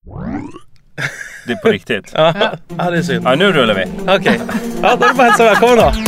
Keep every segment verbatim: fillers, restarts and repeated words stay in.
Det är på riktigt. Ja, ja det är synd. Ja, nu rullar vi. Okej. Okay. Ja, då är det bara hälsa välkommen då.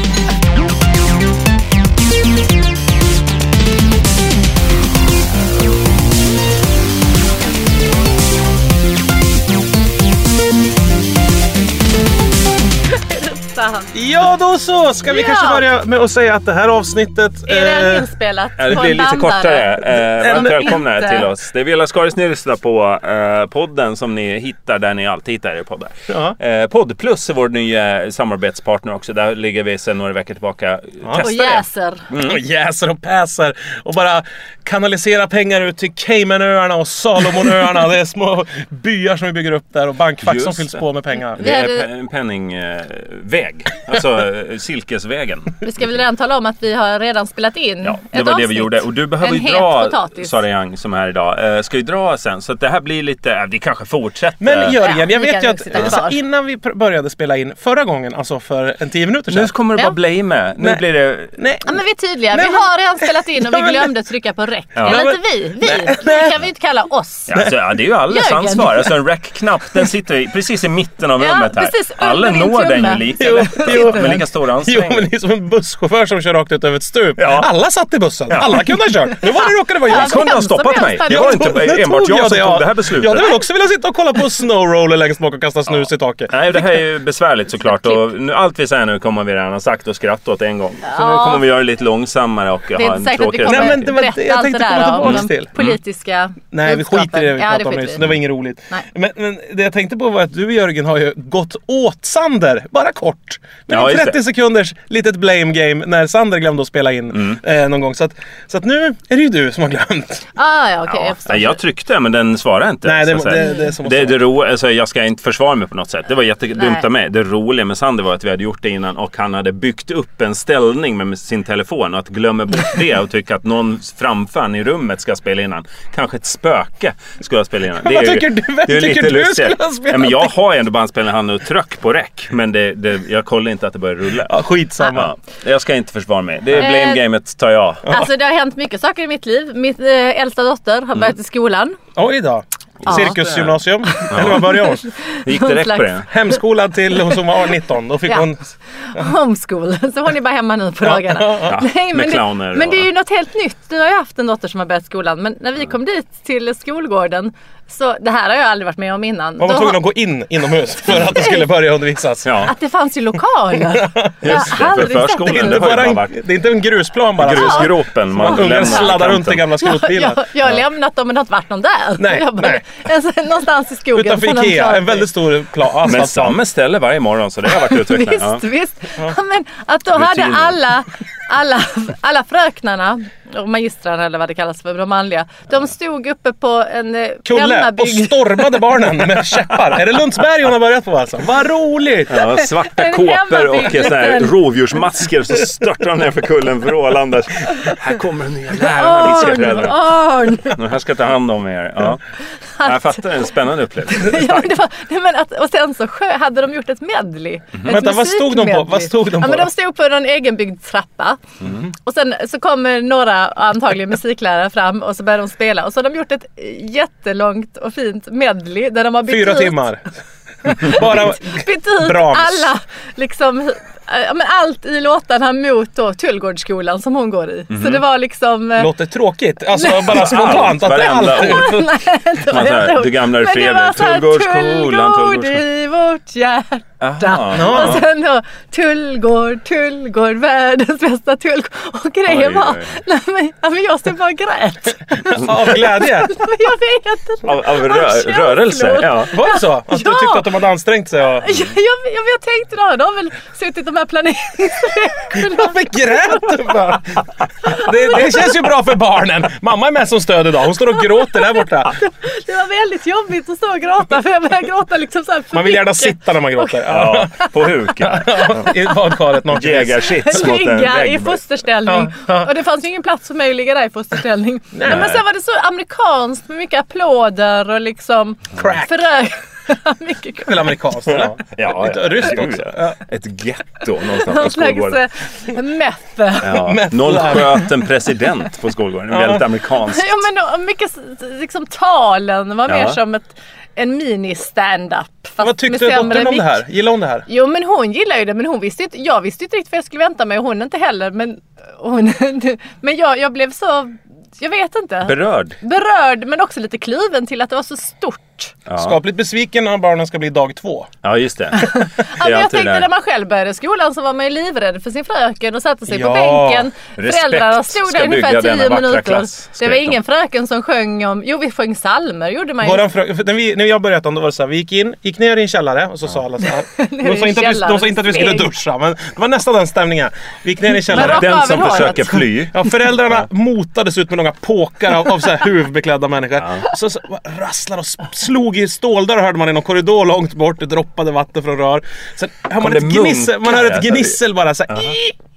Ja, då så ska vi ja. kanske börja med att säga att det här avsnittet är det eh, inspelat ja, det blir lite kortare. Eh, välkomna till oss. Det är Villa Skaris ni lyssnar på eh, podden som ni hittar där ni alltid hittar er poddar. Ja. Eh, Podd Plus är vår nya samarbetspartner också. Där ligger vi sedan några veckor tillbaka. Ja. Och jäser. Mm. Och jäser och päser. Och bara kanalisera pengar ut till Caymanöarna och Salomonöarna. Det är små byar som vi bygger upp där och bankfack som fylls på med pengar. Det är en penningväg. Alltså silkesvägen. Vi ska väl redan tala om att vi har redan spelat in. Ja, det var avsnitt. det vi gjorde. Och du behöver ju dra, Sara Young som är här idag. Ska ju dra sen. Så att det här blir lite, vi kanske fortsätter. Men Jörgen, ja, jag vet ju att alltså, innan vi började spela in förra gången, alltså för en tio minuter sedan. Nu kommer du bara blame. Nu Nej. blir det... Nej. Ja, men vi är tydliga. Nej, vi har redan spelat in och vi glömde trycka på rec. Ja. Eller inte vi. Vi. Det kan vi inte kalla oss. Ja, alltså, ja, det är ju alldeles ansvar. Alltså en rec-knapp, den sitter precis i mitten av rummet här. Precis, alla når den ju lika. Jo, med lika stora ansträngningar. Jo, men det är som en busschaufför som kör rakt ut över ett stup. Ja. Alla satt i bussen. Ja. Alla kunde ha kört. Nu var det råkade vara jag. Jag kunde ha stoppat mig. Det var inte enbart jag som tog det här beslutet. Jag hade väl också velat sitta och kolla på snowroller längst bak och kasta snus ja. i taket. Nej, det här är ju besvärligt såklart. Och nu, allt vi säger nu kommer vi redan ha sagt och skratta åt en gång. Så ja. nu kommer vi göra det lite långsammare och ha en tråkigare. Nej, men det var det jag tänkte komma tillbaka till. Politiska mm. Nej, vi skiter i det vi ja, pratade om nyss. Det var inget roligt. Men, men det jag tänkte på var att du, Jörgen, har ju gått åt Sander. Bara kort. Men ja, trettio sekunders litet blame game när Sander glömde att spela in mm. eh, någon gång. Så att, så att nu är det ju du som har glömt. Ah, ja, okay, ja. Jag, jag tryckte, men den svarade inte. Nej, det, det, det, det är som det, det ro, alltså, jag ska inte försvara mig på något sätt. Det var jättedumt av mig. Det roliga med Sander var att vi hade gjort det innan och han hade byggt upp en ställning med sin telefon och att glömma bort det och tycka att någon framför i rummet ska spela innan. Kanske ett spöke ska jag spela innan. Det är, vad tycker du? Vem det är tycker lite du lustigt. skulle ha spelat? Ja, men jag har ju ändå bandspelaren han och tryck på räck, men det, det, jag kollar inte att det börjar rulla. Ja, skitsamma. Ja, jag ska inte försvara mig. Det är blame-gamet tar jag. Alltså det har hänt mycket saker i mitt liv. Mitt äh, äldsta dotter har börjat mm. i skolan. Oj då. Ja. Cirkusgymnasium. Ja. Eller vad började hon? Gick det rätt på det? Hemskolan till hon som var nitton. Då fick ja. hon... Ja. Homeschool. Så hon är bara hemma nu på ja. dagarna. Ja. Nej, men, det, men det är ju något helt nytt. Du har ju haft en dotter som har börjat skolan. Men när vi kom dit till skolgården, så det här har jag aldrig varit med om innan. Man var tvungen att gå in inomhus för att det skulle börja undervisas. Ja. Att det fanns ju lokaler. Just det, för förskolan. Det, det, bara en, det är inte en grusplan bara. Grusgropen. Man Ungar sladdar runt i gamla skrotbilar. Ja, jag har ja. lämnat dem men inte varit någon där. Nej, jag bara, nej. Alltså, någonstans i skogen. Utanför Ikea, en väldigt stor plan. Men samma ställe varje morgon, så det har varit utvecklat. Visst, ja. visst. Ja. Men att då hade alla, alla, alla fröknarna och magistrarna eller vad det kallas för, de manliga, de stod uppe på en kulle hemmabyggd... och stormade barnen med käppar. Är det Lundsberg hon har börjat på alltså? Vad roligt! Ja, svarta kåpor och såna här rovdjursmasker så störtar de ner för kullen för Ålanders. Här kommer den nya lärarna, viskar föräldrarna. Här ska ta hand om er. Ja. Att... Jag fattar, en spännande upplevelse. Ja, men det var, nej, men att, och sen så sjö, hade de gjort ett medley. Mm. Vänta, vad stod de på? Vad stod de på? Ja, men de stod på en egenbyggd trappa. Mm. Och sen så kommer några antagligen musiklärare fram och så började de spela. Och så har de gjort ett jättelångt och fint medley där de har bytt Fyra ut, timmar. Bara bytt ut alla liksom... Ja, men allt i låtarna mot då Tullgårdsskolan som hon går i. Mm-hmm. Så det var liksom... Låter tråkigt. Alltså nej. Bara spontant. Att det är allt. Nej, du gamla är fred. Tullgårdsskolan. Tullgård i vårt hjärta. Aha. Och sen då Tullgård, Tullgård, världens bästa Tullgård. Och grejen var... Nej, men, ja, men jag stod bara grät. Av glädje? Jag vet inte. Av, av rö- rörelse? Ja. Var det så? Att ja. du tyckte att de hade ansträngt sig? Och... Ja, jag, jag, jag tänkte då. De har väl suttit de här planeringsveckorna. Varför grät du bara? Det, det känns ju bra för barnen. Mamma är med som stöd idag. Hon står och gråter där borta. Det, det var väldigt jobbigt att stå och gråta. För jag började gråta liksom så här för man vill gärna mycket. Sitta när man gråter. Ja, på huk. Ja. I badkaret. Jägarsits mot en ligga vägg. i fosterställning. Ja, ja. Och det fanns ju ingen plats för mig att ligga där i fosterställning. Nej. Men sen var det så amerikanskt med mycket applåder och liksom... Crack. Förö- mycket väl amerikanskt, eller? Ja, ja, lite ryskt också. Ja. Ett getto någonstans på skolgården. Meth. Ja. Någon sköt en president på skolgården. Ja. Väldigt amerikanskt. Ja, men då, mycket liksom talen var mer ja. som ett en mini-stand-up. Vad tyckte dottern om det här? Gillar hon det här? Jo, men hon gillar ju det. Men hon visste inte, jag visste inte riktigt vad jag skulle vänta mig. Och hon inte heller. Men, hon, men jag, jag blev så... Jag vet inte. Berörd. Berörd, men också lite kluven till att det var så stort. Ja. Skapligt besviken när barnen ska bli dag två. Ja, just det. det ja, men jag tänkte när man själv började skolan så var man ju livrädd för sin fröken och satte sig ja. på bänken. Respekt. Föräldrarna stod där ungefär tio minuter. Det var ingen fröken som sjöng om... Jo, vi sjöng salmer, gjorde man ju. Frö... När, vi, när jag började då var det så här, vi gick in, gick ner i en källare och så ja. sa alla så här. De sa, inte att vi, de sa inte att vi skulle duscha, men det var nästan den stämningen. Vi gick ner i en källare. Den som försöker fly. Ja, föräldrarna ja. motades ut med några påkar av, av så här huvudbeklädda människor. Ja. Så, så rasslar och slog i stål. Där hörde man i någon korridor långt bort. Det droppade vatten från rör. Sen hör man ett gnissel. Man hör ett gnissel bara så här.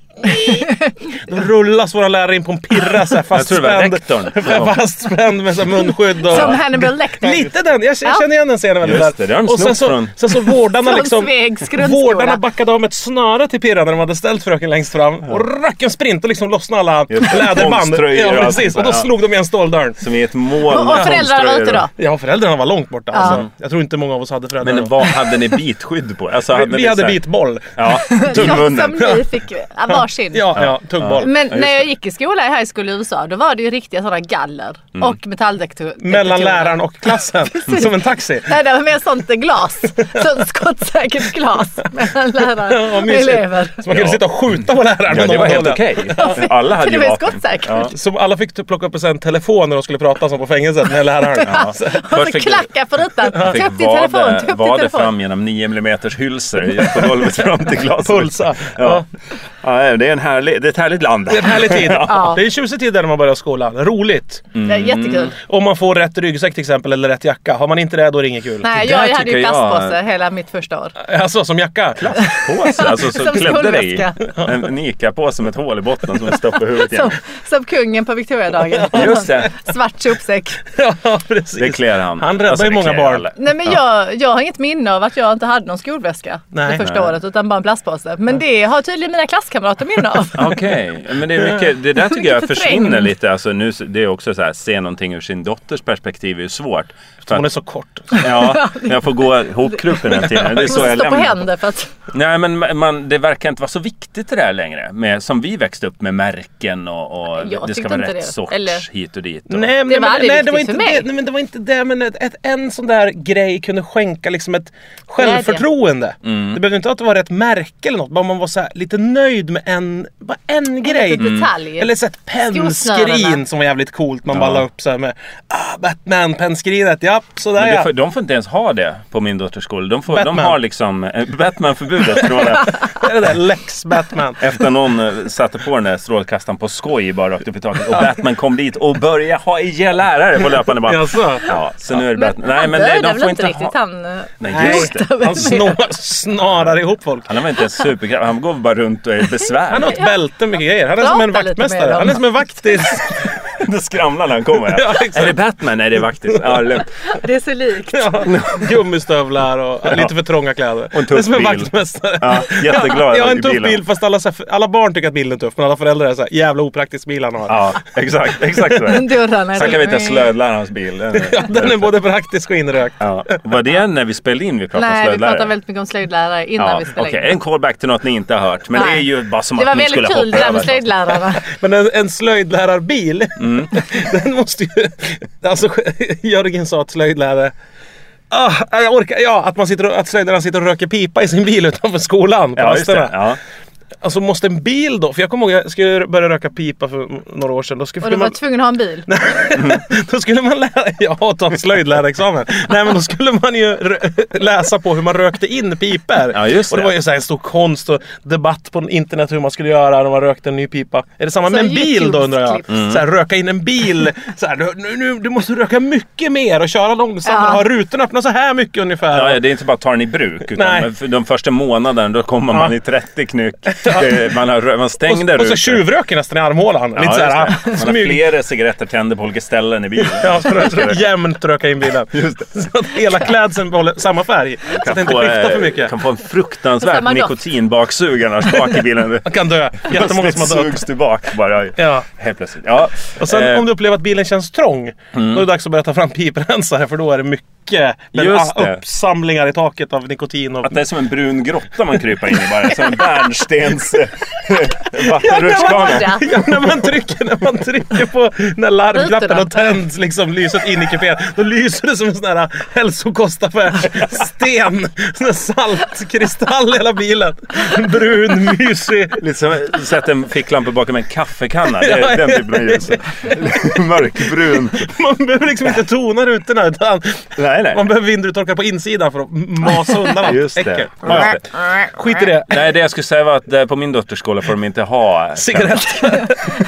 Då rullas våra lärare in på en pirra så här, fastspänd, fastspänd med så här munskydd och, som Hannibal Lecter. Lite den, jag känner igen den scenen väldigt Just det, det och sen så, från... sen så vårdarna liksom vårdarna backade av med ett snöre till pirran när de hade ställt fröken längst fram ja. och rack en sprint och liksom lossnade alla läderband. Ja, precis. Och då slog de igen ståldörren. Som i ett mål. Och, och föräldrarna var ute då? Ja, föräldrarna var långt borta. Ja. Alltså. Jag tror inte många av oss hade föräldrar. Men vad hade ni bitskydd på? Alltså, hade vi ni hade här... bitboll. Ja, tuggmunnen. Som ni fick varsin. Ja, ja, tuggboll. Men när jag gick i skola i high school i U S A, då var det ju riktiga sådana galler mm. och metalldetektorer. Mellan läraren och klassen, som en taxi. Nej, det var mer sånt glas. Sånt skottsäkert glas mellan lärare och elever. Så man kunde ja. sitta och skjuta på läraren. Ja, det var helt okej. Okay. Alla hade ju vapen. Ja. Så alla fick plocka upp en telefon när de skulle prata som på fängelset med läraren. Ja. Så, och så klacka på rutan. Ta upp din telefon, ta upp din var det telefon. Fram genom nio millimeters hylser på golvet fram till glaset. Pulsa. Ja. Ja, det är en härlig, det är ett härligt land. Det är en härlig tid. Ja. Det är en tjusig tid när man börjar skolan. Roligt. Mm. Det är jättekul. Om man får rätt ryggsäck till exempel eller rätt jacka. Har man inte det, då är det inget kul. Nej, jag, jag hade ju plastpåse jag... hela mitt första år. Alltså som jacka? Plastpåse? Alltså så klädde dig en, en Ica på som ett hål i botten som är stopp i huvudet igen. Som, som kungen på Victoria-dagen. Just det. Svart tjopsäck. Ja, precis. Det klär han. Han räddar alltså, ju många barn. Nej, men jag, jag har inget minne av att jag inte hade någon skolväska Nej. det första Nej. året, utan bara en plastpåse. Men Nej. det har tydligen mina klasskamrater minne av. Okej, okay. Men det är mycket, det där tycker jag försvinner lite. Alltså nu, det är också så här, se någonting ur sin dotters perspektiv är ju svårt. För hon är så kort. Ja, jag får gå ihopkruppen en tiden. Det är så jag lämnar. Stå på händer för att... Nej, men man, det verkar inte vara så viktigt det där längre. Med, som vi växte upp med märken och, och det ska vara rätt det. sorts Eller... hit och dit. Och... Nej, men det var, men, nej, det var inte det, nej, men det var inte det. Men ett, ett, en sån där grej kunde skänka liksom ett självförtroende. Mm. Det behövde inte att det var rätt märke eller något. Bara man var så här, lite nöjd med en, bara en grej. Mm. Detalj. Eller så ett pennskrin som var jävligt coolt. Man ja. bara la upp så här med ah, Batman, pennskrinet. Ja, sådär ja. Får, de får inte ens ha det på min dotters skola. De, får, de har liksom eh, Batman-förbudet. Tror jag. Det är det där Lex Batman. Efter någon eh, satte på den där strålkastaren på skoj bara rakt upp i taket. Och Batman kom dit och började ha ihjäl lärare på löpande band. Jaså? Ja, så nu är det men, Batman. Nej, men det, de får inte riktigt. ha... Han, Nej, just det. Han snor, snarar ihop folk. Han var inte en superkraft. Han går bara runt och är besvär. Han har ett bälte mycket grejer. Han är som en vaktmästare. Han är som en vaktis. Det skramlar när han kommer. Ja, är det Batman? Nej, det är vaktis. Ja, det är så likt. Ja, gummistövlar och ja. lite för trånga kläder. Och en det är som en bil. vaktmästare. Ja, jätteglad. Ja, en tuff bil, fast alla, alla barn tycker att bilen är tuff. Men alla föräldrar är så här, jävla opraktisk bil han har. Ja, exakt. Exakt så. Dörrarna. Sen kan vi inte slödla hans bil. Den är, ja, den är både praktisk och inrökt. Ja. Var det när vi spelade in vi pratade Nej, om slöjdlärare? Nej, vi pratade väldigt mycket om slöjdlärare innan ja, vi spelade okay. in. En callback till något ni inte har hört. Men Nej. det är ju bara som det att ni skulle hoppa över. Det var väldigt kul med slöjdlärarna. Men en, en slöjdlärarbil, mm. den måste ju... Alltså, Jörgen sa att slöjdlärare... Ah, jag orkar, ja, att, man sitter och, att slöjdläraren sitter och röker pipa i sin bil utanför skolan på ja, just det, ja. Alltså måste en bil då? För jag kommer ihåg, jag skulle börja röka pipa för några år sedan. Då skulle och du var man... tvungen att ha en bil? mm. Då skulle man lära... Ja, ta en slöjdlärarexamen. Nej, men då skulle man ju rö- läsa på hur man rökte in piper. Ja, just det. Och det var ju så här en stor konst och debatt på internet hur man skulle göra när man rökte en ny pipa. Är det samma så med en bil då, undrar jag? Mm. Så här, röka in en bil. Så här, nu, nu, du måste röka mycket mer och köra långsamt ja. och ha rutorna öppna så här mycket ungefär. Ja, det är inte bara att ta den i bruk. Utan de första månaderna då kommer man ja. i trettio knyck. Det, man har Man stängde och, och så tjuvröker nästan i armhålan. Ja, lite så här, man har flera cigaretter tända på olika ställen i bilen. Ja, så att jämnt röka in bilen. Just det. Så att hela klädseln behåller samma färg. Så att det inte skiftar för mycket. Kan få en fruktansvärd nikotinbaksug annars bak i bilen. Man kan dö. Jättemånga som har dött. Sugs du bak bara. Ja. Helt plötsligt. Ja. Och sen eh. om du upplever att bilen känns trång, mm. då är det dags att börja ta fram piprensare, för då är det mycket mycket uppsamlingar i taket av nikotin. Och... Att det är som en brun grotta man kryper in i bara. Som en bärnstens vattenrutschkana. Ja, när man trycker, när man trycker på när larmknappen och tänds liksom lyset in i kupén, då lyser det som en sån här hälsokostaffärs sten. Sån här saltkristall i hela bilen. Brun, mysig. Lite som sätter en ficklampa bakom en kaffekanna. Det är den typen av ljus. Mörkbrun. Man behöver liksom inte tona rutorna utan nej, nej. Man behöver vindrutorkare på insidan för att masa undan allt. Just det. Ja. Skit i det. Nej, det jag skulle säga var att på min dotters skola får de inte ha cigaretter.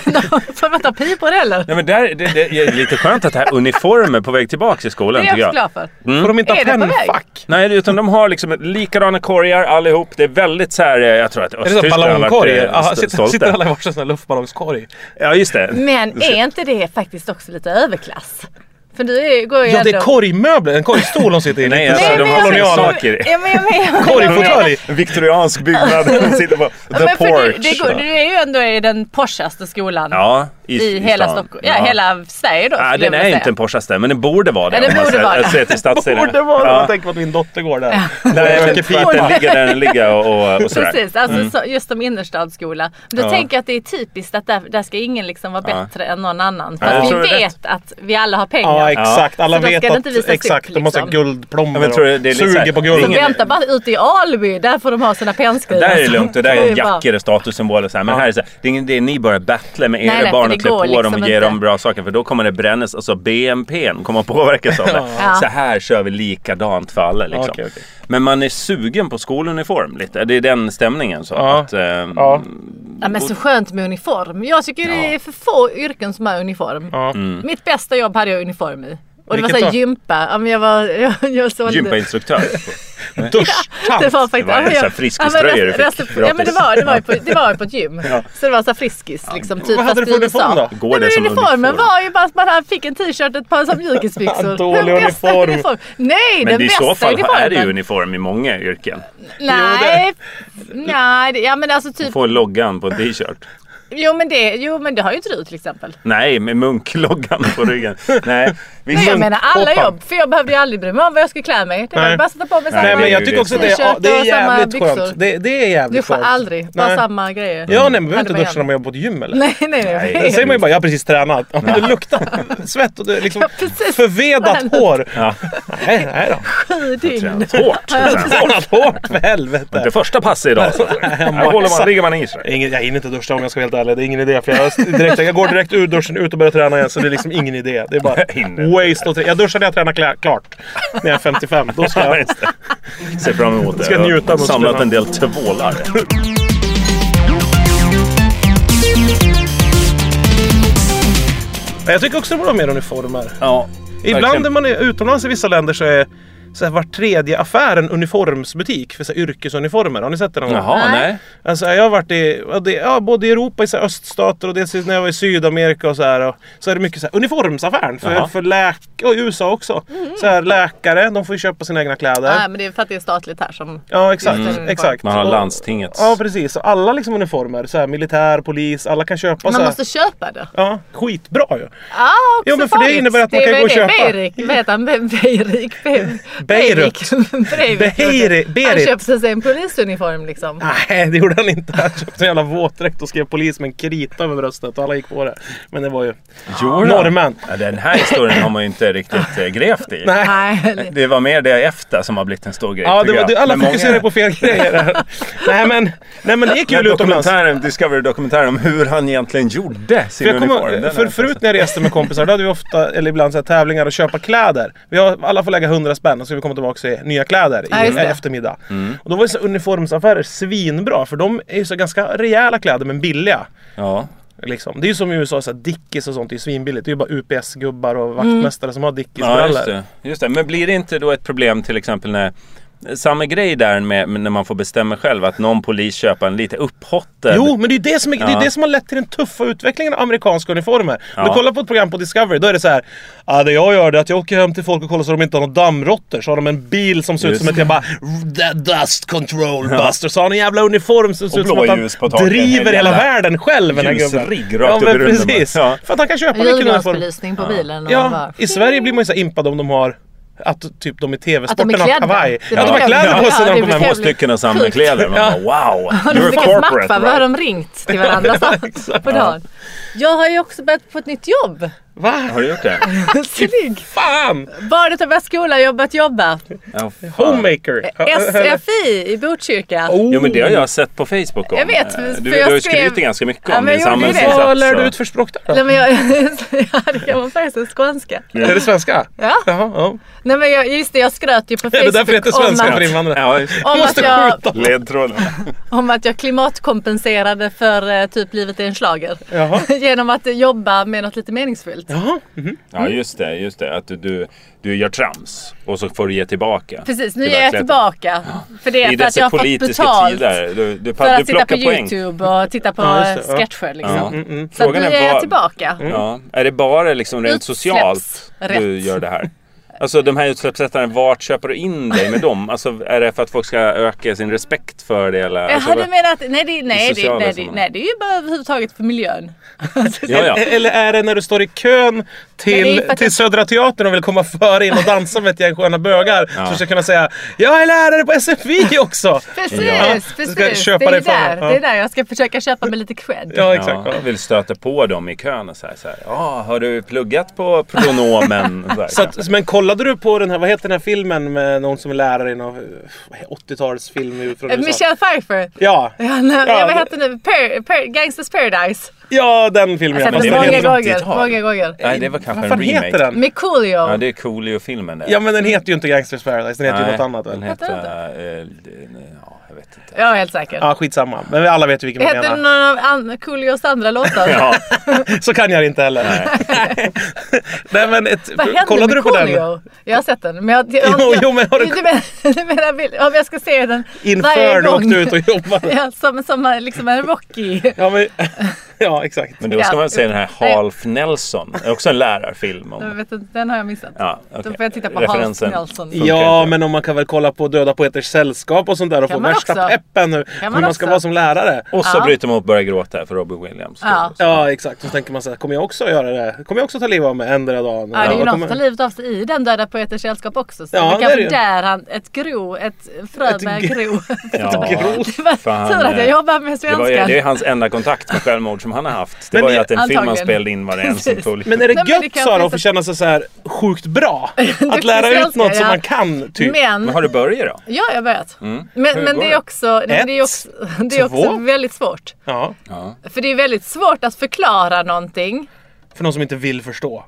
Får man ta pipor eller? Nej, men där, det, det är lite skönt att det här uniformer är på väg tillbaka i skolan. Det är jag glad för. Mm. Får de inte ha pennfack? Nej, utan de har liksom likadana korgar allihop. Det är väldigt så här, jag tror att Östtyskland har varit Aha, sitter, sitter alla i varsin sån här luftballongskorg. Ja, just det. Men är inte det faktiskt också lite överklass? För du är, går ju ja, ändå... det är korgmöbler, en korgstol de sitter i. Nej, alltså, de har kolonialsaker. Ja, men jag menar... Korgfåtölj. En viktoriansk byggnad. De sitter på ja, the porch. Du, det går, du är ju ändå i den porschaste skolan. Ja, i, i, i hela Stockholm. Ja, ja, hela Sverige då. Ja, den är inte en porschaste, men den borde vara det. Ja, den borde vara det. Jag till stadsdelen. Borde vara det. Ja. Jag tänker på att min dotter går där. Ja. Där den ligger där den ligger och, och, och sådär. Precis, alltså mm. så, just som innerstadsskola. Då ja. tänker jag att det är typiskt att där, där ska ingen liksom vara bättre ja. än någon annan. För ja, att vi vet rätt. att vi alla har pengar. Ja, exakt. Alla så vet att exakt, upp, de måste ha guldplommor och suger på guld. Så vänta bara ute i Alby, där får de ha sina pennskrivar. Där är det lugnt och där är jackor och statussymboler och så här. Men ja. här är det så här, det är, det är ni bara battla med era nej, barn och klä på liksom dem och ge dem bra saker, för då kommer det brännas, alltså B M P kommer att påverkas av det. Ja. Så här kör vi likadant för alla liksom. Okay, okay. Men man är sugen på skoluniform lite. Det är den stämningen så ja. att ähm, ja. Ja, men så skönt med uniform. Jag tycker ja. det är för få yrken som har uniform. Ja. Mm. Mitt bästa jobb hade jag uniform i. Och det var så här gympa. Ja, men jag var jag, jag så gympainstruktör. Duschtant. Ja, det var faktiskt. Det var en sån här friskiströja du fick. Ja, men det var det var ju på det var ju på ett gym. Ja. Så det var så här friskis liksom ja. typ. Vad hade du för uniform då? Går det som uniformen uniform? var ju bara att man fick en t-shirt, ett par som mjukisbyxor. Dålig uniform. uniform. Nej, men den bästa i så fall uniformen. är det ju uniform i många yrken. Nej. Nej, ja men alltså typ få loggan på en t-shirt. Jo men, det, jo men det har ju inte du till exempel. Nej, med munkloggan på ryggen. Nej, vi Nej jag menar alla jobb. För jag behövde ju aldrig bry mig om vad jag skulle klä mig. Det var bara att sätta på mig samma. Nej men jag tycker också att det, ja, det är jävligt skönt. Det, det är jävligt skönt. Du får skönt. aldrig, bara nej. samma grejer. Ja nej men vi behöver inte duscha när man jobbar på ett gym eller? Nej nej nej. nej. Säger man ju bara, jag har precis tränat. Ja, men det luktar svett och det är liksom ja, förvedat hår. Ja. Nej, nej då. Sju dygn. Hårt. Tränat hårt för helvete. Men det första passet idag så. Jag håller man, ligger man i sig. Ingen, jag hinner inte duscha om jag ska vara helt ärlig. Det är ingen idé för jag, direkt, jag går direkt ur duschen ut och börjar träna igen. Så det är liksom ingen idé. Det är bara waste of Jag duschar när jag tränar klart. När jag är femtiofem. Då ska jag se fram emot det. Ska jag njuta. Samlat en del tvålar. Jag tycker också det borde vara mer uniformer. Ja. Ibland när man är utomlands i vissa länder så är så här, var tredje affär en uniformsbutik för så här, yrkesuniformer. Har ni sett det någon gång? Jaha, nej. Alltså jag har varit i ja, både i Europa, i så här, öststater och dels när jag var i Sydamerika och så här. Och, så är det mycket så här, uniformsaffären för, för läkare och i U S A också. Mm. Så här, läkare, de får ju köpa sina egna kläder. Nej, men det är för att det är statligt här som... Ja, exakt. Mm. exakt. Man har landstinget. Ja, precis. Och alla liksom uniformer, så här, militär, polis, alla kan köpa. Man så här. måste köpa det. Ja, skitbra ju. Ja, också ja, men för det innebär att man kan gå och köpa. Beirik, vad heter han? Beirik. Beirut. Beirut. Han köpte sig en polisuniform liksom. Nej, det gjorde han inte. Han köpte en jävla våtdräkt och skrev polis med en krita över bröstet och alla gick på det. Men det var ju norrmän. Ja, den här historien har man ju inte riktigt äh, grävt i. Nej. Det var mer det efter som har blivit en stor grej. Ja, det var, det, alla fokuserar många... på fel grejer. nej, men, nej, men det är kul utomlands. Discovery-dokumentären om hur han egentligen gjorde sin för uniform. Kommer, för förut när jag reste med kompisar, då hade vi ofta, eller ibland så här, tävlingar och köpa kläder. Vi har, alla får lägga hundra spänn och så ska vi komma tillbaka till nya kläder ja, i eftermiddag. Mm. Och då var det så uniformsaffärer svinbra, för de är ju så ganska rejäla kläder men billiga. Ja. Liksom. Det är ju som i U S A, så här, Dickies och sånt är svinbilligt. Det är ju bara U P S-gubbar och vaktmästare mm. som har Dickies. Ja, just det. just det. Men blir det inte då ett problem till exempel när samma grej där med, med när man får bestämma själv att någon polis köper en lite upphotted. Jo, men det är det som, är, ja. det, är det som har lett till den tuffa utvecklingen av amerikanska uniformer. Ja. Om du kollar på ett program på Discovery, då är det så här: ah, det jag gör det är att jag åker hem till folk och kollar så de inte har någon dammråttor. Så har de en bil som ser ut som ett jävla dust control ja. buster. Så har de en jävla uniform som ser ut som att han driver hela världen själv. Ljusrigg ja, men precis. Ja. För att han kan köpa mycket uniform. Ljusbelysning på bilen. Ja, ja. I Sverige blir man ju så impad om de har att typ de i tv-sporten har kavaj. Ja, de har kläder på sig när de kommer hem. Två stycken och samma kläder. Man bara, wow, you're corporate, right? Vad har de ringt till varandra på dagen? Jag har ju också börjat på ett nytt jobb. Va? Har du gjort det? Snygg. Fan! Barnet har börjat skola, jobbat, jobba. Oh, Homemaker. S F I i Botkyrka. Oh. Jo, men det har jag sett på Facebook om. Jag vet. Du, du har skrivit ganska mycket om ja, din samhällsinsats. Vad lär du ut för språk där? Nej, men jag, ja, det kan man faktiskt skånska. Ja. Är det svenska? Ja. Jaha, ja. Nej, men jag, just det, jag skröt ju på Facebook. Ja, det är därför heter svenska att, för invandrare. Ja, om, att jag, ledtråden. om att jag klimatkompenserade för typ livet i en schlager. Jaha. Genom att jobba med något lite meningsfullt. Jaha. Mm-hmm. Ja, just det, just det. Att du, du gör trams och så får du ge tillbaka. Precis, nu ger jag tillbaka. För det är I för att jag har fått betalt tider. Du, du, för att du sitta på poäng. YouTube och titta på ja, sketcher liksom. Ja. Mm, mm. Så att nu är jag tillbaka. Mm. Ja. Är det bara liksom rent socialt du gör det här? Alltså de här utsläppsrättarna, vart köper du in dig med dem? Alltså är det för att folk ska öka sin respekt för det? Eller, jag alltså, hade menat, nej det, nej, det, nej, det, nej det är ju bara överhuvudtaget för miljön. ja, ja. Eller är det när du står i kön till, till jag... Södra Teatern och vill komma före in och dansa med ett gäng sköna bögar ja. Så ska jag kunna säga, jag är lärare på S F I också. Precis, ja. precis. Det, köpa är det, där, ja. det är där jag ska försöka köpa med lite cred. Ja, exakt. Ja, jag vill stöta på dem i kön och säga så här, ja, har du pluggat på pronomen? så här, så att, men kollade du på den här, vad heter den här filmen med någon som är lärare i någon åttiotalsfilm från U S A? Michelle Pfeiffer. Ja. Ja, nej, ja vad heter den? Per, per, Gangsters Paradise. Ja, den filmen. Jag har sett många gånger, många gånger. Nej, det var kanske vad en remake. Heter den? Med Coolio. Ja, det är Coolio-filmen där. Ja, men den heter ju inte Gangsters Paradise, den heter Nej, ju något annat. Den väl? heter, äh, ja, jag vet inte. Jag är helt säker. Ja, skitsamma. Men alla vet ju vilken man menar. Heter någon av Coolios andra låtar? Ja, så kan jag inte heller. Nej, Nej men ett, kollade du på Coolio? Den? Jag har sett den. Men jag, jag, jo, jo, men har du... Du menar, du menar om jag ska se den inför du åkte ut och jobbade? Ja, som, som liksom en Rocky. Ja, men... Ja, exakt. Men då ska man se den här Half Nelson. Det är också en lärarfilm. Om... Jag vet inte, den har jag missat. Ja, okay. Då får jag titta på Referensen Half Nelson. Ja, men om man kan väl kolla på Döda Poeters sällskap och sånt där och kan få värsta också. Peppen nu. Hur man, man ska vara som lärare. Och så ja. bryter man upp och börjar gråta för Robin Williams. Ja, ja exakt. Så tänker man så här, kommer jag också göra det? Kommer jag också ta livet av mig ändra dagen? Ja, det är ju något att ta livet av sig i den Döda Poeters sällskap också. Så ja, det kanske där han, ett gro, ett frö med gro. Ja, det var tur att jag jobbar med svenska. Det, det är hans enda kontakt med självmord som han har haft. Det var ju att en antagligen. film han spelade in var det en som tog lite. Men är det gött, det Sara, att få känna sig så här sjukt bra? Att lära ut svenska, något ja. som man kan, typ. Men, men har du börjat då? Ja, jag har börjat. Mm. Men, men det är också, nej, det är också, det är också väldigt svårt. Ja. Ja. För det är väldigt svårt att förklara någonting. För någon som inte vill förstå.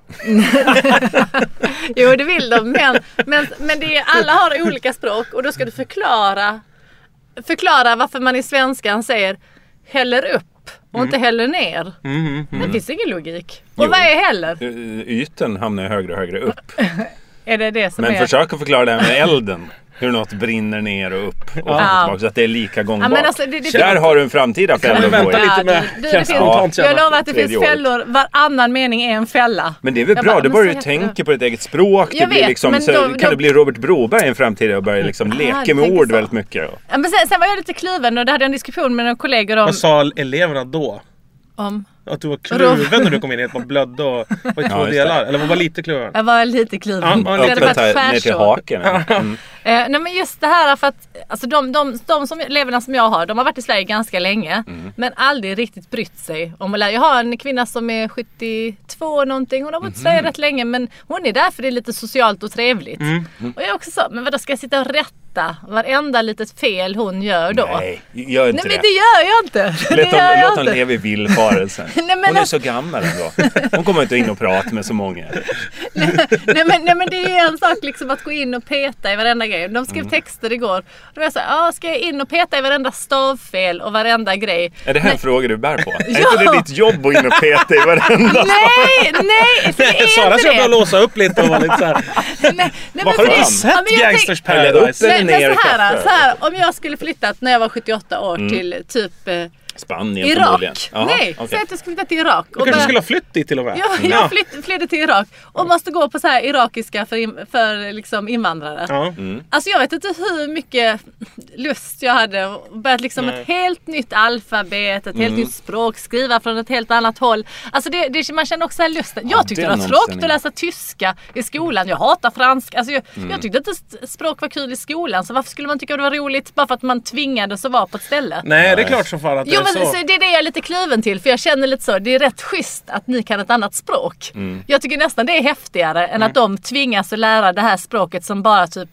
Jo, det vill de. Men, men, men det är, alla har olika språk. Och då ska du förklara förklara varför man i svenskan säger häller upp och mm. inte häller ner. Mm, mm, mm. Det finns ingen logik. Och jo. vad är häller? Ytan hamnar högre och högre upp. Är det det som men är... försök att förklara det här med elden. Hur något brinner ner och upp och ja. tillbaka, så att det är lika gångbart. Ja, men alltså, det, det, där har du en framtida fälla. Vänta lite med. Ja, det, det finns, ja. Jag lovar att det finns fällor. Varannan mening är en fälla. Men det är väl jag bra, bara, du börjar ju tänka på ditt eget språk. Det blir vet, liksom, så, då, kan då... du bli Robert Broberg i en framtida och börja liksom leka ja, med ord så. väldigt mycket. Ja, men sen, sen var jag lite kluven och då hade jag en diskussion med några kollegor om... Vad sa eleverna då? Om... Att du var kluven när du kom in i att man blödde och var i två ja, delar. Eller var man lite kluven? Jag var lite kluven. Ja, lite ner till haken. Mm. eh, nej men just det här för att alltså de, de, de som, eleverna som jag har, de har varit i Sverige ganska länge. Mm. Men aldrig riktigt brytt sig om att lära. Jag har en kvinna som är sjuttiotvå någonting. Hon har varit i Sverige mm. rätt länge. Men hon är där för det är lite socialt och trevligt. Mm. Mm. Och jag är också så, men vadå ska jag sitta och rätta varenda litet fel hon gör då? Nej, gör inte nej, det. men det gör jag inte. Låt hon, låt hon leva i villfarelsen. Nej, men hon är så gammal ändå. Hon kommer inte in och prata med så många. nej, nej, men, nej men det är en sak liksom att gå in och peta i varenda grej. De skrev mm. texter igår. Då var jag så här, ah, ska jag in och peta i varenda stavfel och varenda grej? Är det här nej. en fråga du bär på? Är inte det ditt jobb att in och peta i varenda nej, nej, det är Sara ska bara låsa upp lite och vara lite så här. nej, nej, vad har du sett ja, Gangsters Paradise? Nej, men så här, så här, om jag skulle flyttat när jag var sjuttioåtta år mm. till typ... Eh, Spanien Irak. Aha, nej, okay. Säg att jag skulle flytta till Irak. Du kanske bara... skulle ha flytt dit till och med. Ja, jag ja. flytt, flydde till Irak och måste gå på så här irakiska för, för liksom invandrare. Ja. Mm. Alltså jag vet inte hur mycket lust jag hade. Börjat liksom Nej. ett helt nytt alfabet, ett mm. helt nytt språk, skriva från ett helt annat håll. Alltså det, det, man känner också lusten. Jag tyckte ja, det var tråkigt att läsa tyska i skolan. Jag hatar franska. Alltså jag, mm. jag tyckte inte språk var kul i skolan. Så varför skulle man tycka det var roligt bara för att man tvingades att vara på ett ställe? Nej, det är klart som fan att det jo, är men så. så. Det är det jag är lite kluven till. För jag känner lite så, det är rätt schysst att ni kan ett annat språk. Mm. Jag tycker nästan det är häftigare än mm. att de tvingas att lära det här språket som bara typ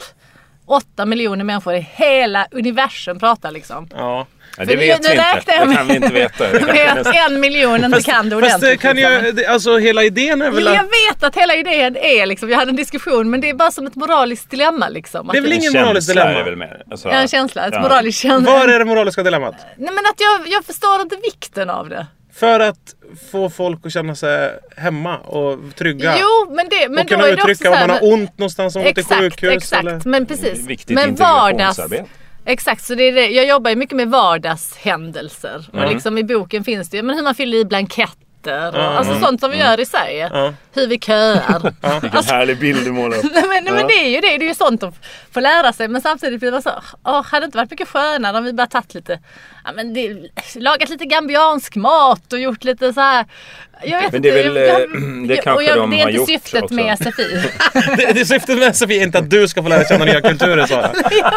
åtta miljoner människor i hela universum pratar liksom. Ja. Ja, det vet vi inte. Det kan vi inte veta. Med en miljon inte kan det ordentligt. Fast det kan ju, det, alltså hela idén är väl... Jag vet att hela idén är liksom, jag hade en diskussion, men det är bara som ett moraliskt dilemma liksom. Det är väl ingen moraliskt dilemma? Är väl mer. Alltså, ja, en känsla, ett ja. moraliskt känsla. Var är det moraliska dilemmat? Nej, men att jag, jag förstår inte vikten av det. För att få folk att känna sig hemma och trygga. Jo, men det, men och kunna då är uttrycka om man har ont någonstans, om man exakt, till sjukhus. Exakt, eller... men precis. Viktigt men vardags... integrationsarbete. Exakt, så det är det. Jag jobbar ju mycket med vardagshändelser. Mm. Och liksom i boken finns det ju, men hur man fyller i blanketter. Och, mm. Alltså sånt som vi gör i Sverige. Mm. Hur vi köar. Ja. Vilken alltså, härlig bild du målar upp. nej, men, nej, men det är ju det. Det är ju sånt att få lära sig. Men samtidigt blir det så, åh, hade det inte varit mycket skönare om vi bara tagit lite, ja, men det, lagat lite gambiansk mat och gjort lite så här. Jag vet men det är väl, jag, det kanske jag, de det är har inte gjort syftet också. med S F I. det, det är syftet med S F I är inte att du ska få lära känna nya kulturer, Sara.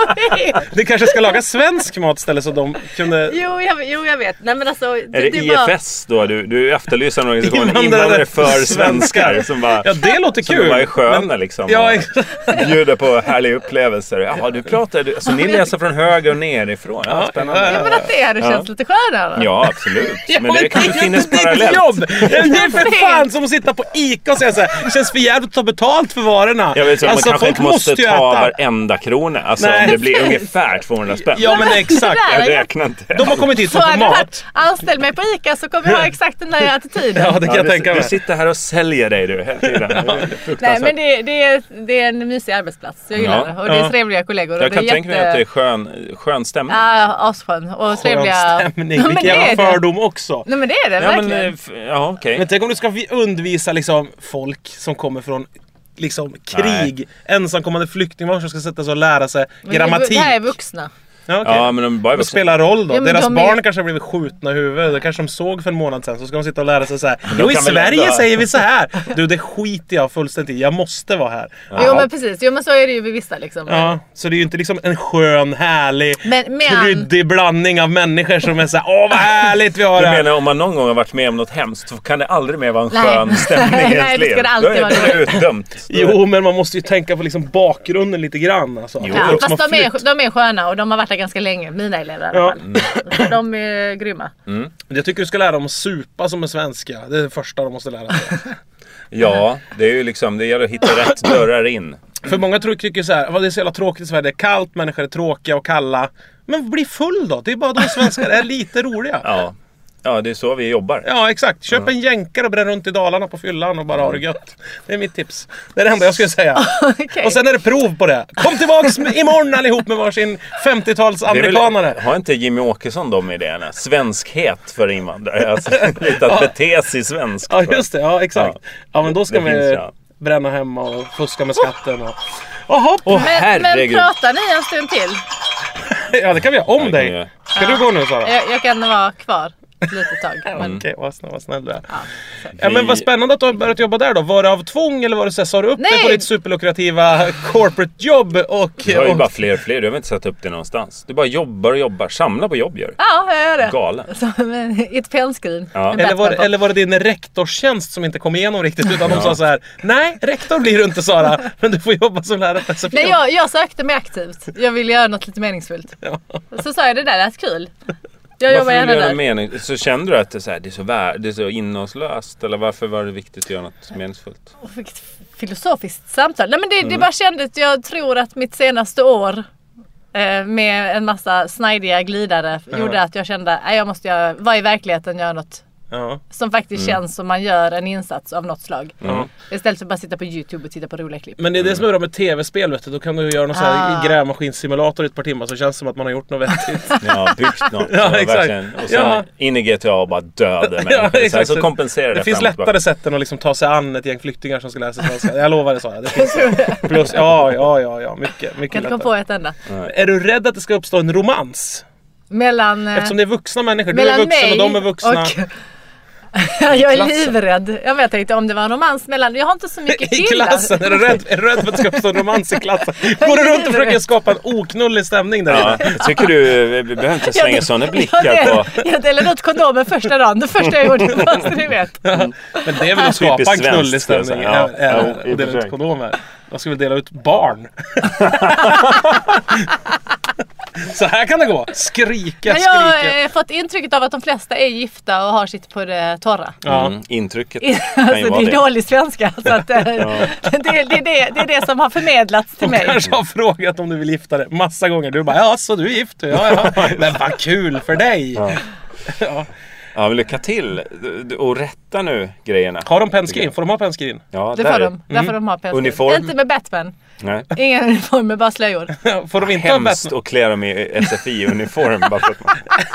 Det kanske ska laga svensk mat istället så de kunde... Jo, jag, jo, jag vet. Nej, men alltså, är det, det I F S bara... då? Du, du efterlyser en organisation invandrare, invandrare för svenskar som bara... Ja, det låter kul. Som bara är sköna men... liksom. Ja, bjuder på härliga upplevelser. Ja, du pratar... Du, alltså, ni läser från höger och nerifrån. Ja, spännande. Ja, men att det hade ja. känts lite skönare. Ja, absolut. Ja, men det kanske finns parallellt. Det är för fan som att sitta på Ica och säga så här, det känns för jävligt att ta betalt för varorna. Jag vet så, alltså, man kanske inte måste ta äta. varenda krona. Alltså Nej. om det blir ungefär tvåhundra spänn. Ja, men exakt. Jag räknar inte. De har kommit hit för mat. Anställ mig på Ica så kommer jag ha exakt den där attityden. Ja, det kan ja, jag tänka mig. Du sitter här och säljer dig du hela tiden. Ja. Nej, men det, det, är, det är en mysig arbetsplats. Jag gillar ja. det. Och det är trevliga kollegor. Jag och kan det tänka jätte... mig att det är skön, skön stämning. Ja, asskön. Och trevliga... Skön stämning. Vilken jävla fördom också. Nej, men det är det, ja, verkligen. Men, ja, okay. men tänk om du ska undvisa liksom folk som kommer från liksom krig, Nej. ensamkommande flyktingbarn som ska sätta sig och lära sig men grammatik. Det här är vuxna. Ja, okay. ja, men de bara det spelar roll då. Ja, Deras de barn är... kanske har blivit skjutna i huvudet. Det kanske de såg för en månad sedan. Så ska de sitta och lära sig så här. Jo, i Sverige ändå... säger vi så här. Du, det skiter jag fullständigt i. Jag måste vara här. Ja. Jo, men precis. Jo, men så är det ju vid vissa liksom. Ja, så det är ju inte liksom en skön, härlig, men, men... kryddig blandning av människor som är så här, åh vad härligt vi har det. Du menar, om man någon gång har varit med om något hemskt så kan det aldrig mer vara en skön Nej. stämning i ens liv. Nej, det ska det alltid vara. Det är utdömt. Jo, men man måste ju tänka på liksom bakgrunden lite grann. Alltså. Ja, fast de är, de är sköna och de har varit där ganska länge. Mina elever i alla fall. Ja. De är grymma. Mm. Jag tycker du ska lära dem att supa som är svenska. Det är det första de måste lära sig. Ja, det är ju liksom, det gäller att hitta rätt dörrar in. För många tror tycker så här, vad det är så jävla tråkigt i Sverige. Det är kallt, människor är tråkiga och kalla. Men bli full då. Det är bara de svenskar är lite roliga. Ja. Ja, det är så vi jobbar. Ja, exakt. Köp en jänkare och bränn runt i Dalarna på fyllan och bara ha det gött. Det är mitt tips. Det är det enda jag skulle säga. Okay. Och sen är det prov på det. Kom tillbaks imorgon allihop med varsin femtiotals amerikanare. Väl, har inte Jimmy Åkesson de idéerna? Svenskhet för invandrare. Alltså, lite att bete sig svensk. Ja, just det. Ja, exakt. Ja, ja men då ska det vi finns, ja. bränna hemma och fuska med skatten. Och... Oha, oh, men, men pratar ni en stund till? Ja, det kan vi göra. Om dig. Ska ja. du gå nu, Sara? Jag, jag kan vara kvar. Lite tag. Men... Okej, okay, vad snäll, vad snäll du är. Ja, ja, men vad spännande att du har börjat jobba där då. Var det av tvång eller var det så sa du upp dig på ditt superlukrativa corporate jobb? Och, du har ju och... bara fler och fler. Du har inte satt upp det någonstans. Du bara jobbar och jobbar. Samla på jobb gör. Ja, jag gör det. Galen. I ett pennskrin. Ja. Eller, var, eller var det din rektorstjänst som inte kom igenom riktigt utan ja. de sa så här: nej, rektor blir du inte, Sara. Men du får jobba som lärare på S F I. Nej, jag, jag sökte mig aktivt. Jag ville göra något lite meningsfullt. Ja. Så sa jag, det där är kul. Jag jobbar gärna där. Mening? Så kände du att det är så, här, det är så, vär, det är så innehållslöst? Eller varför var det viktigt att göra något meningsfullt? Vilket filosofiskt samtal. Nej, men det, mm. det bara kändes, jag tror att mitt senaste år eh, med en massa snajdiga glidare mm. gjorde att jag kände att jag måste göra, vara i verkligheten göra något Ja. Som faktiskt mm. känns som man gör en insats av något slag. Mm. Istället för att bara sitta på YouTube och titta på roliga klipp. Men det är det som är bra med tv-spel, vet du. Då kan du göra någon sån här ah. grävmaskinssimulator i ett par timmar så känns det som att man har gjort något vettigt. Ja, byggt något. Ja, exakt. Och sen ja. in i G T A och bara döda ja, exakt. Så, så kompenserar det. Det finns lättare sätt än att liksom ta sig an ett gäng flyktingar som ska läsa svenska. Jag lovar det, så det finns plus, ja, ja, ja, ja, mycket, mycket kan lättare. Kan du komma på ett enda? Nej. Är du rädd att det ska uppstå en romans? Mellan... Eftersom det är vuxna människor. Du är vuxen och de är vuxna. Och... jag är livrädd. Jag vet inte om det var en romans mellan... Jag har inte så mycket killar. I klassen? Är du rädd, är du rädd för att det ska uppstå en romans i klassen? Går du runt och försöker skapa en oknullig stämning där? Ja, jag tycker du vi behöver inte slänga jag, sådana blickar jag del, på... Jag delade ut kondomen första dagen. Det första jag gjorde, fast ni vet. Ja, men det är väl att skapa en knullig stämning. Ja, ja, ja, och dela ut kondomer. Jag skulle dela ut barn. Så här kan det gå. Skrika, men jag har skrika. fått intrycket av att de flesta är gifta och har sitt på det torra. Ja. Mm, intrycket. Alltså, det är det. dålig svenska. Så att, ja. det, det, det, det är det som har förmedlats till de mig. De kanske har frågat om du vill gifta dig massa gånger. Du bara, ja så du är gift. Ja, ja. Men vad kul för dig. Ja. Ja. Ja, men lycka till. Och rätta nu grejerna. Har de penskrin? Får de ha penskrin? Ja, det får de. Mm. Där får de ha penskrin. Uniform? Inte med Batman. Nej. Ingen uniform med bara slöjor. Får de inte hemskt att klä dem i S F I-uniform bara för att man...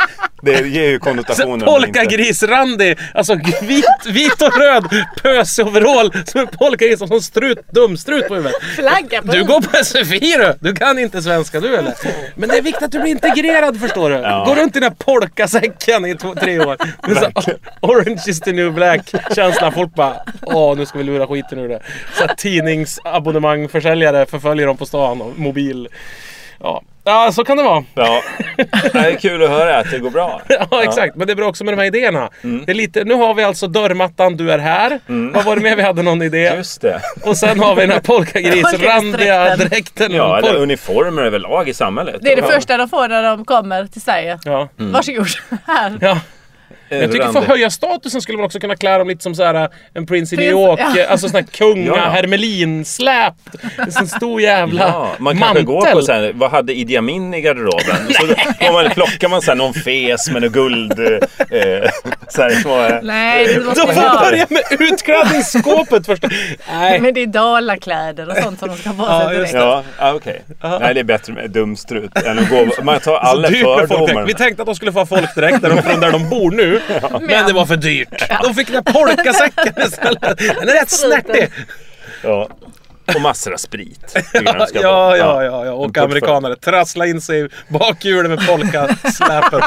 Det ger ju konnotationen. Polkagris-randig, alltså vit, vit och röd pösoverall som är polkagris som strut, dumstrut på huvudet. Flagga på du går på S F I du. Du kan inte svenska du eller? Men det är viktigt att du blir integrerad, förstår du. Ja. Gå runt i den här polkasäcken i två, tre år. Så, Orange is the new black. Känslan, folk bara, åh nu ska vi lura skiten ur det. Så att tidningsabonnemangförsäljare förföljer dem på stan och mobil. Ja. Ja, så kan det vara. Ja. Det är kul att höra att det går bra. Ja, exakt. Men det är bra också med de här idéerna. Mm. Det är lite, nu har vi alltså dörrmattan, du är här. Mm. Vad var det med? Vi hade någon idé. Just det. Och sen har vi den här polkagrisrandiga dräkten. Ja, eller uniformer överlag i samhället. Det är det ja. första de får när de kommer till Sverige. Ja. Mm. Varsågod. Här. Ja. Jag tycker för att höja statusen skulle man också kunna klä dem lite som så här en Prince i New York, ja. Alltså sån här kunga, ja. Hermelin-släp. En sån stor jävla ja, man mantel. Kanske går på så här, vad hade Idi Amin i garderoben? Så då man, plockar man så här någon fes med någon guld. Eh, så här, så, nej, det måste då får man börja med utklädningsskåpet först. Nej. Men det är dalakläder och sånt som de ska på sig ja, direkt. Ja, ah, okej. Okay. Nej, det är bättre med dumstrut än att gå. Man tar alla fördomar. Vi tänkte att de skulle få folk direkt där de, från där de bor nu. Ja. Men det var för dyrt. Ja. De fick den här polkasäcken istället. Den är rätt snärtig. Ja. Och massor av sprit. Ja, ja, ja, ja, ja. Och amerikanare trassla in sig i bakhjulet med polkasläpet.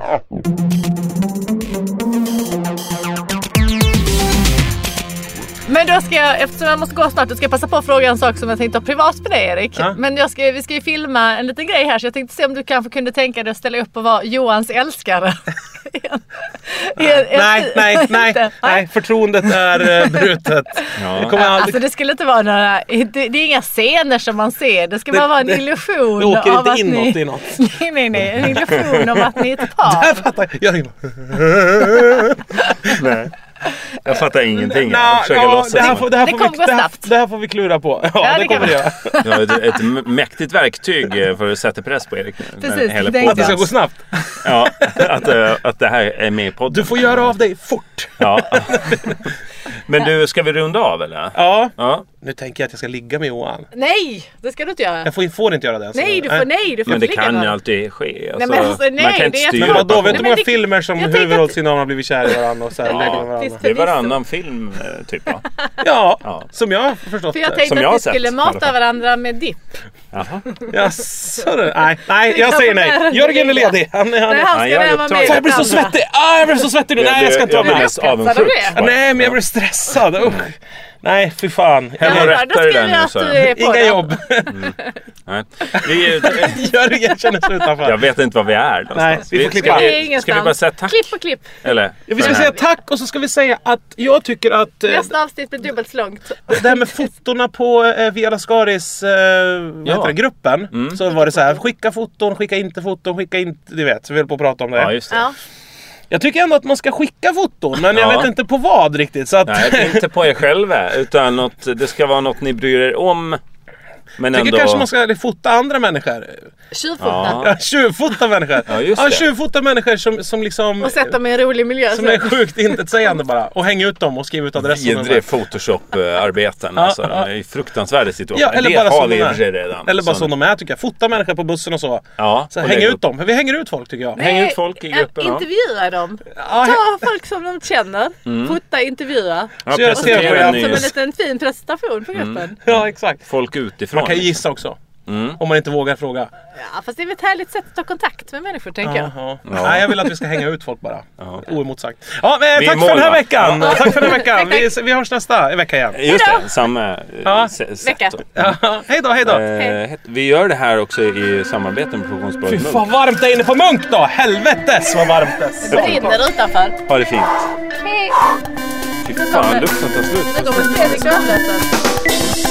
Men då ska jag, eftersom jag måste gå snart, då ska jag passa på att fråga en sak som jag tänkte ha privat med dig, Erik. Ja. Men jag ska, vi ska ju filma en liten grej här, så jag tänkte se om du kanske kunde tänka dig att ställa upp och vara Johans älskare. en, nej, en, nej, nej, nej, nej, förtroendet är uh, brutet. Ja. Det kommer aldrig... Alltså det skulle inte vara några, det, det är inga scener som man ser, det ska det, bara vara en det, illusion. Det åker av inte att inåt ni, i något. Nej, nej, nej, en illusion om att ni är ett par. Där fattar jag. jag nej. Jag fattar ingenting. Nah, jag försöker ja, låtsas. Det här får, det här det får vi, det här, det här får vi klura på. Ja, ja det, det kommer vi göra. Ja, ett, ett mäktigt verktyg för att sätta press på Erik. Precis, att det ska gå snabbt. Ja, att, att det här är med i podden. Du får göra av dig fort. Ja. Men du, ska vi runda av eller? Ja. ja. Nu tänker jag att jag ska ligga med Johan. Nej, det ska du inte göra. Jag får, får inte göra det. Alltså. Nej, du får, nej, du får men det ligga kan med. ju alltid ske. Alltså, nej, men alltså, nej, man kan inte styra. Men vadå, vet du många det, filmer som huvudrollsinnehavarna har blivit kär i varandra och så här, ja, lägger med varandra? Det är varannan film typ va? Ja, ja, som jag har förstått. För jag tänkte som att jag vi skulle mata varandra med dipp. Jaha. Ja, så det. Nej, nej, jag säger nej. Jörgen är ledig. Han, han, nej, han ska vara med. Jag blir så svettig. Ah, jag blir så svettig nu. Nej, jag ska inte vara med. Nej, men jag blir stressad. Uh. Nej, fy fan. Jag ja, rättar det där nu så. Inga jobb. Mm. Nej. Vi, Jörgen känner sig utanför. Jag vet inte vad vi är någonstans. Nej, vi får klippa. Ska, ska vi bara säga tack? Klipp och klipp. Eller? Ja, vi ska säga tack och så ska vi säga att jag tycker att... Nästa avsnitt blir dubbelt så långt. Det här med fotorna på eh, Via Lascaris eh, ja. det, gruppen. Mm. Så var det så här, skicka foton, skicka inte foton, skicka inte... Du vet, så vi höll på att prata om det. Ja, just det. Ja. Jag tycker ändå att man ska skicka foton, men ja. jag vet inte på vad riktigt. Så att... Nej, inte på er själva, utan något, det ska vara något ni bryr er om. Men tycker ändå... kanske man ska fota andra människor. Tjuvfota. Ja, tjuvfota människor. Ja, just ja, tjuvfota människor som, som liksom... Och sätta dem i en rolig miljö. Som är sjukt intetsägande bara. Och hänga ut dem och skriva ut adressen. Vidre Photoshop-arbeten. Ja, alltså, ja. Det är fruktansvärda situationer. Ja, eller det bara har vi de redan. Eller bara som de är tycker jag. Fota människor på bussen och så. Ja, så häng ut dem. Vi hänger ut folk tycker jag. Nej, häng ut folk i gruppen. Intervjua dem. Ja, ta folk som de känner. Mm. Fota, intervjua. Ja, så presentera en ny... Som en liten fin presentation på gruppen. Mm. Ja, exakt. Folk utifrån. Man kan gissa också. Mm. Om man inte vågar fråga. Ja, fast det är väl ett härligt sätt att ta kontakt med människor, tänker jag. Ja. Nej, jag vill att vi ska hänga ut folk bara. Ja. Oemotsagt. Ja, men tack för den här veckan. Ja. Tack för den här veckan. Vi, vi hörs nästa vecka igen. Just det, samma ja. s- vecka. Ja. Hej då, hej då. Eh, vi gör det här också i samarbete med Produktionsbolaget Munk. Fy fan varmt det är inne på Munk då. Helvetes vad varmt det är. Det brinner utanför. Ha det fint. Hej. Fy fan, lukten tar slut. Det går med Fredrik Öflösen.